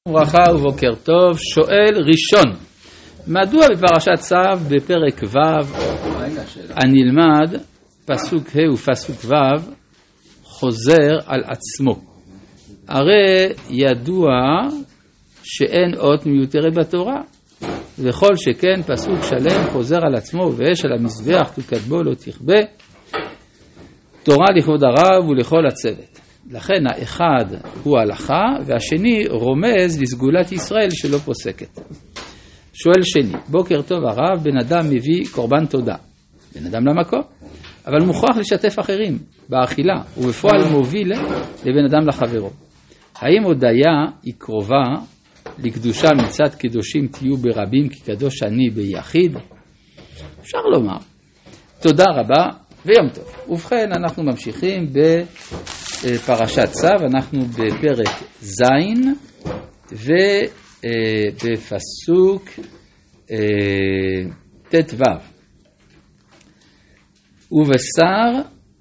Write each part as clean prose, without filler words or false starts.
ברכה ובוקר טוב. שואל ראשון, מדוע בפרשת צו בפרק ו' הנלמד פסוק ה' ופסוק ו' חוזר על עצמו? הרי ידוע שאין אות מיותרת בתורה, וכל שכן פסוק שלם חוזר על עצמו, ואש על המזבח תוקד בו לא תכבה, תורה לכבוד הרב ולכל הצוות. לכן האחד הוא הלכה והשני רומז לסגולת ישראל שלא פוסקת. שואל שני, בוקר טוב הרב, בן אדם מביא קורבן תודה, בן אדם למקום, אבל מוכרח לשתף אחרים באכילה, ובפועל מוביל לבן אדם לחברו. האם הודיה היא קרובה לקדושה מצד קדושים תהיו ברבים כי קדוש אני ביחיד? אפשר לומר. תודה רבה ויום טוב. ובכן אנחנו ממשיכים בפרשת צו, אנחנו בפרק ז' ובפסוק ט"ו. ובשר,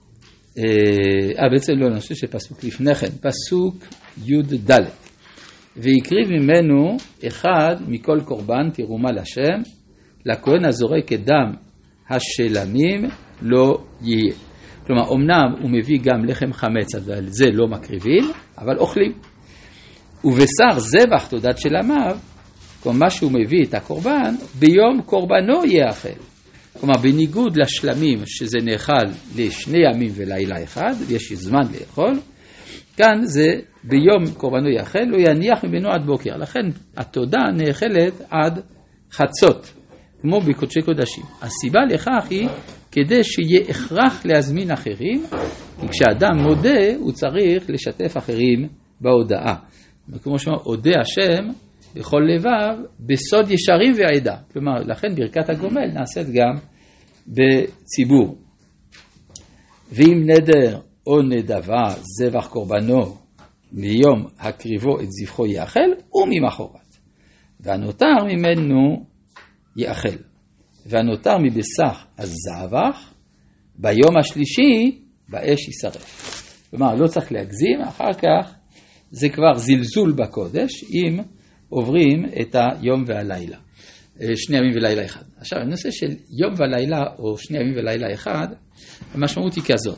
בעצם לא, אני חושב שפסוק לפני כן, פסוק י"ד. ויקריב ממנו אחד מכל קורבן תרומה לשם, לכהן הזורק את דם השלמים לא יהיה. כלומר, אמנם הוא מביא גם לחם חמץ, אבל זה לא מקריבים, אבל אוכלים. ובשר זבח תודת שלמיו, כלומר מה שהוא מביא את הקורבן, ביום קורבנו יאכל. כלומר, בניגוד לשלמים שזה נאכל לשני ימים ולילה אחד, ויש זמן לאכול, כאן זה ביום קורבנו יאכל, לא יניח ממנו עד בוקר. לכן התודה נאכלת עד חצות, כמו בקודשי קודשים. הסיבה לכך היא כדי שיהיה הכרח להזמין אחרים, כי כשאדם מודה הוא צריך לשתף אחרים בהודעה. כמו שאומר, הודה השם בכל לבב בסוד ישרים ועדה. כלומר, לכן ברכת הגומל נעשית גם בציבור. ואם נדר או נדבה זבח קורבנו מיום הקריבו את זבחו יאכל וממחרת, והנותר ממנו יאכל, והנותר מבסך הזבח ביום השלישי באש יישרף. כלומר, לא צריך להגזים, אחר כך זה כבר זלזול בקודש אם עוברים את היום והלילה, שני ימים ולילה אחד. עכשיו, הנושא של יום ולילה או שני ימים ולילה אחד, המשמעות היא כזאת.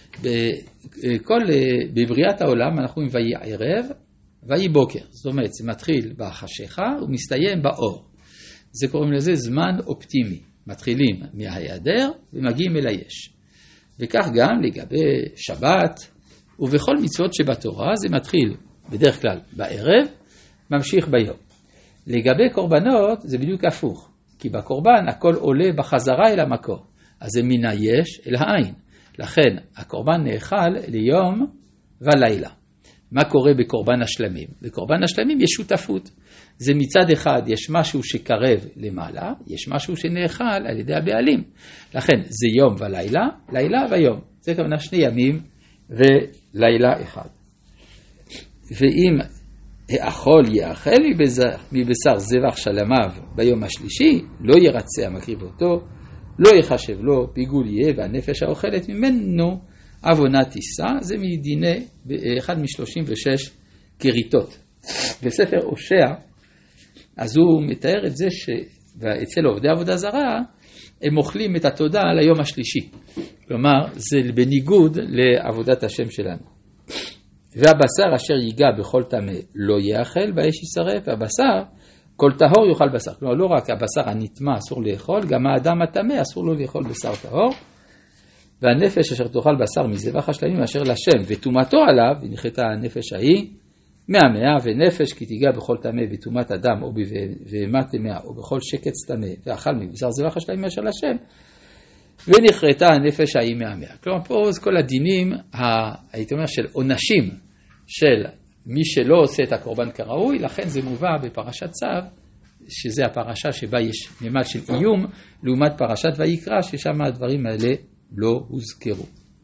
בבריאת העולם אנחנו עם ויהי ערב, ויהי בוקר. זאת אומרת, זה מתחיל בחשיכה ומסתיים באור. זה קוראים לזה זמן אופטימי. מתחילים מההיעדר ומגיעים אל היש. וכך גם לגבי שבת ובכל מצוות שבתורה זה מתחיל בדרך כלל בערב, ממשיך ביום. לגבי קורבנות זה בדיוק הפוך. כי בקורבן הכל עולה בחזרה אל המקור. אז זה מן היש אל העין. לכן הקורבן נאכל ליום ולילה. מה קורה בקורבן השלמים? בקורבן השלמים יש שותפות. זה מצד אחד יש משהו שקרב למעלה, יש משהו שנאכל על ידי הבעלים. לכן זה יום ולילה, לילה ויום. זה כמובן שני ימים ולילה אחד. ואם האכול יאכל מבשר זבח שלמיו ביום השלישי, לא ירצה המקריב אותו, לא יחשב לו פיגול יהיה, והנפש האוכלת ממנו עוונה תישא. זה מדיני אחד מ-36 כריתות. בספר הושע, אז הוא מתאר את זה שאצל עובדי עבודה זרה, הם אוכלים את התודה על היום השלישי. כלומר, זה בניגוד לעבודת השם שלנו. והבשר אשר ייגע בכל טמא לא יאכל, באש יישרף, והבשר, כל טהור יאכל בשר. כלומר, לא רק הבשר הנטמא אסור לאכול, גם האדם הטמא אסור לו לאכול בשר טהור. והנפש אשר תאכל בשר מזבח השלמים אשר לשם, וטומאתו עליו, ונחתה הנפש ההיא, מהמאה, ונפש כי תיגע בכל טמא וטומאת אדם, או בהמה טמאה, או בכל שקץ טמא, ואכל מבשר זבח השלמים אשר לשם, ונחתה הנפש ההיא מהמאה. כלומר, פה זה כל הדינים, הייתי אומר, של עונשים, של מי שלא עושה את הקורבן כראוי, לכן זה מובא בפרשת צו, שזה הפרשה שבה יש ממד של איום, לעומת פרשת ויקרא, ששם הדברים האלה לא הוזכרו.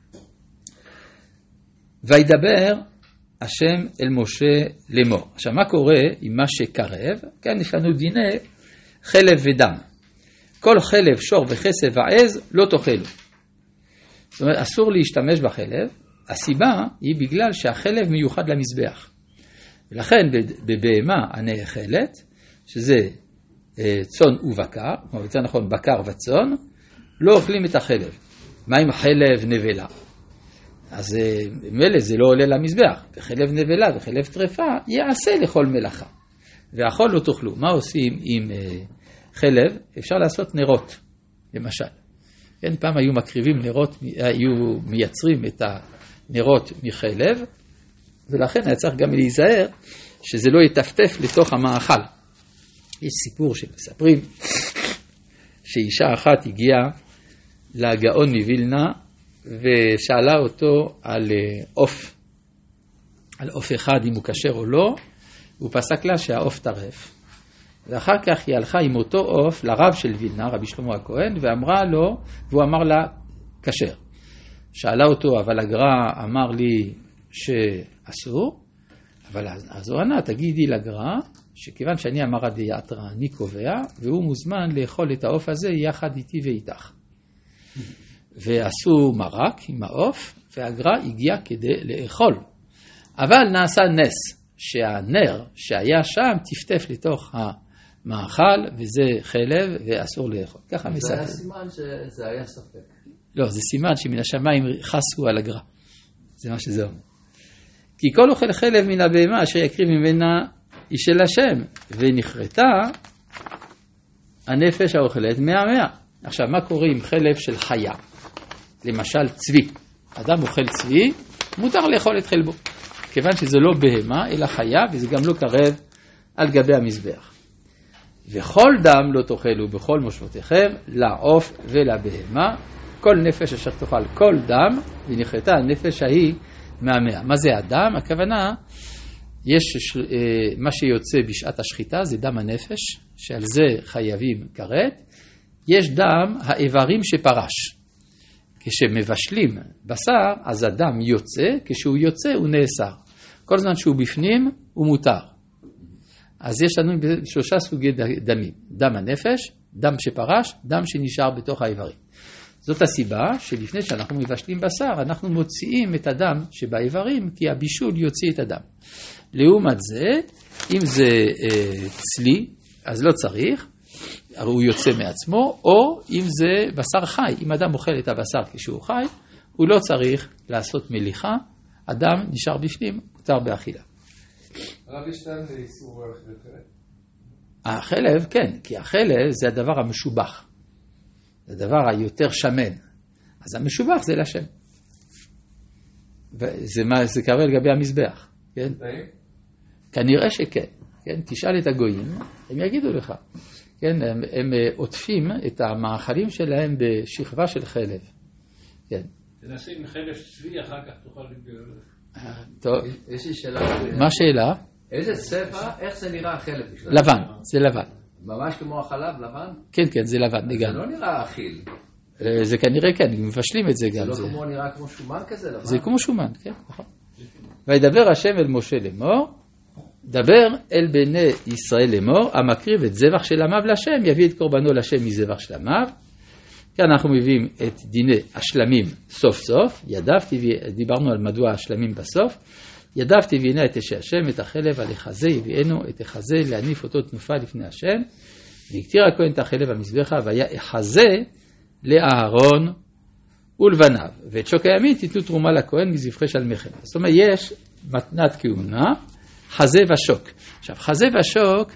וידבר השם אל משה לאמור. עכשיו, מה קורה עם מה שקרב? כאן יש לנו דיני חלב ודם. כל חלב, שור וכסף ועז לא תאכלו. זאת אומרת, אסור להשתמש בחלב. הסיבה היא בגלל שהחלב מיוחד למזבח. ולכן בבהמה הנאכלת, שזה צאן ובקר, או יותר נכון בקר וצאן, לא אוכלים את החלב. מה עם חלב נבלה? אז מלא זה לא עולה למזבח, וחלב נבלה וחלב טרפה יעשה לכל מלאכה. והחול לא תאכלו. מה עושים עם חלב? אפשר לעשות נרות, למשל. כן, פעם היו מקריבים נרות, היו מייצרים את הנרות מחלב, ולכן היה צריך גם להיזהר שזה לא יטפטף לתוך המאכל. יש סיפור שמספרים שאישה אחת הגיעה לגאון מווילנה ושאלה אותו על עוף אחד אם הוא כשר או לא, והוא פסק לה שהעוף טרף. ואחר כך היא הלכה עם אותו עוף לרב של וילנה, רבי שלמה הכהן, ואמרה לו, והוא אמר לה כשר. שאלה אותו, אבל הגר"א אמר לי שאסור, אבל אז הוא ענה, תגידי לגר"א, שכיוון שאני אמרה דיאטרה, אני קובע, והוא מוזמן לאכול את העוף הזה יחד איתי ואיתך. ועשו מרק עם העוף, והגר"א הגיע כדי לאכול. אבל נעשה נס, שהנר שהיה שם תפטף לתוך המאכל, וזה חלב, ואסור לאכול. ככה מסתכל. זה היה סימן שזה היה ספק. לא, זה סימן שמן השמיים חסו על הגר"א. זה מה שזה אומר. כי כל אוכל חלב מן הבהמה אשר יקריב ממנה היא של השם, ונכרתה הנפש האוכלת 100. עכשיו, מה קורה עם חלב של חיה? למשל צבי. אדם אוכל צבי, מותר לאכול את חלבו. כיוון שזה לא בהמה, אלא חיה, וזה גם לא קרב על גבי המזבח. וכל דם לא תאכלו בכל מושבותיכם, לעוף ולבהמה, כל נפש אשר תאכל כל דם, ונכרתה הנפש ההיא 100. מה זה הדם? הכוונה, יש מה שיוצא בשעת השחיטה, זה דם הנפש, שעל זה חייבים כרת. יש דם האיברים שפרש. כשמבשלים בשר, אז הדם יוצא, כשהוא יוצא הוא נאסר. כל זמן שהוא בפנים, הוא מותר. אז יש לנו 3 סוגי דמים. דם הנפש, דם שפרש, דם שנשאר בתוך האיברים. זאת הסיבה שלפני שאנחנו מבשלים בשר, אנחנו מוציאים את הדם שבאיברים, כי הבישול יוציא את הדם. לעומת זה, אם זה צלי, אז לא צריך, הוא יוצא מעצמו, או אם זה בשר חי, אם אדם אוכל את הבשר כשהוא חי, הוא לא צריך לעשות מליחה, אדם נשאר בפנים, מותר באכילה. הרב ישתן זה איסור חלב? החלב, כן, כי החלב זה הדבר המשובח, זה הדבר היותר שמן, אז המשובח זה לשם. זה קרה לגבי המזבח, כן? כנראה שכן, כן? תשאל את הגויים, הם יגידו לך. כן, הם עוטפים את המאכלים שלהם בשכבה של חלב. כן. תנסי עם חלב צבי, אחר כך תוכל לגבר. טוב. יש לי שאלה. מה השאלה? איזה צבע, איך זה נראה החלב? לבן, זה לבן. ממש כמו החלב, לבן? כן, כן, זה לבן, לגמרי. זה לא נראה אכיל. זה כנראה כן, מבשלים את זה גם. זה לא כמו נראה כמו שומן כזה, לבן? זה כמו שומן, כן, נכון. וידבר השם אל משה לאמור, דבר אל בני ישראל לאמור, המקריב את זבח של עמיו לשם, יביא את קורבנו לשם מזבח של עמיו. כאן אנחנו מביאים את דיני השלמים סוף סוף, דיברנו על מדוע השלמים בסוף, ידיו תביאנה את אשי השם, את החלב על החזה יביאנו את החזה להניף אותו תנופה לפני השם, והקטיר הכהן את החלב המזבחה, והיה החזה לאהרון ולבניו, ואת שוק הימין תיתנו תרומה לכהן מזבחי שלמיכם. זאת אומרת, יש מתנת כהונה, חזה ושוק. עכשיו, חזה ושוק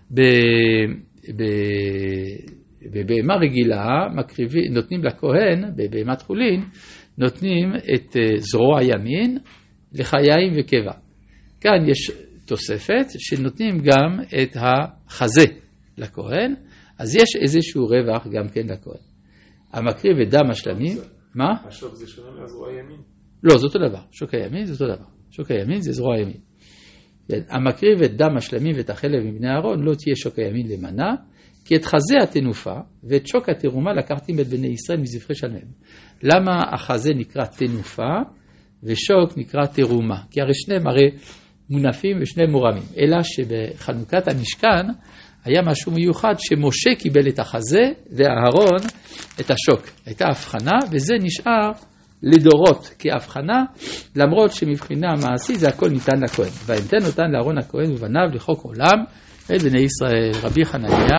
בבהמה רגילה נותנים לכהן, בבהמת חולין, נותנים את זרוע ימין לחיים וקבע. כאן יש תוספת שנותנים גם את החזה לכהן, אז יש איזשהו רווח גם כן לכהן. המקריב את דם השלמים, מה? השוק זה שונה מהזרוע ימין? לא, זה אותו דבר. שוק הימין זה אותו דבר. שוק הימין זה זרוע ימין. המקריב את דם השלמים ואת החלב מבני אהרון, לא תהיה שוק הימין למנה, כי את חזה התנופה ואת שוק התרומה לקחתם את בני ישראל מזבחי שלמיהם. למה החזה נקרא תנופה ושוק נקרא תרומה? כי הרי שניהם הרי מונפים ושניהם מורמים. אלא שבחנוכת המשכן היה משהו מיוחד שמשה קיבל את החזה ואהרון את השוק. הייתה הבחנה וזה נשאר לדורות כהבחנה, למרות שמבחינה מעשית זה הכל ניתן לכהן. והאינתן אותן לארון הכהן ובניו לחוק עולם את בני ישראל. רבי חנניה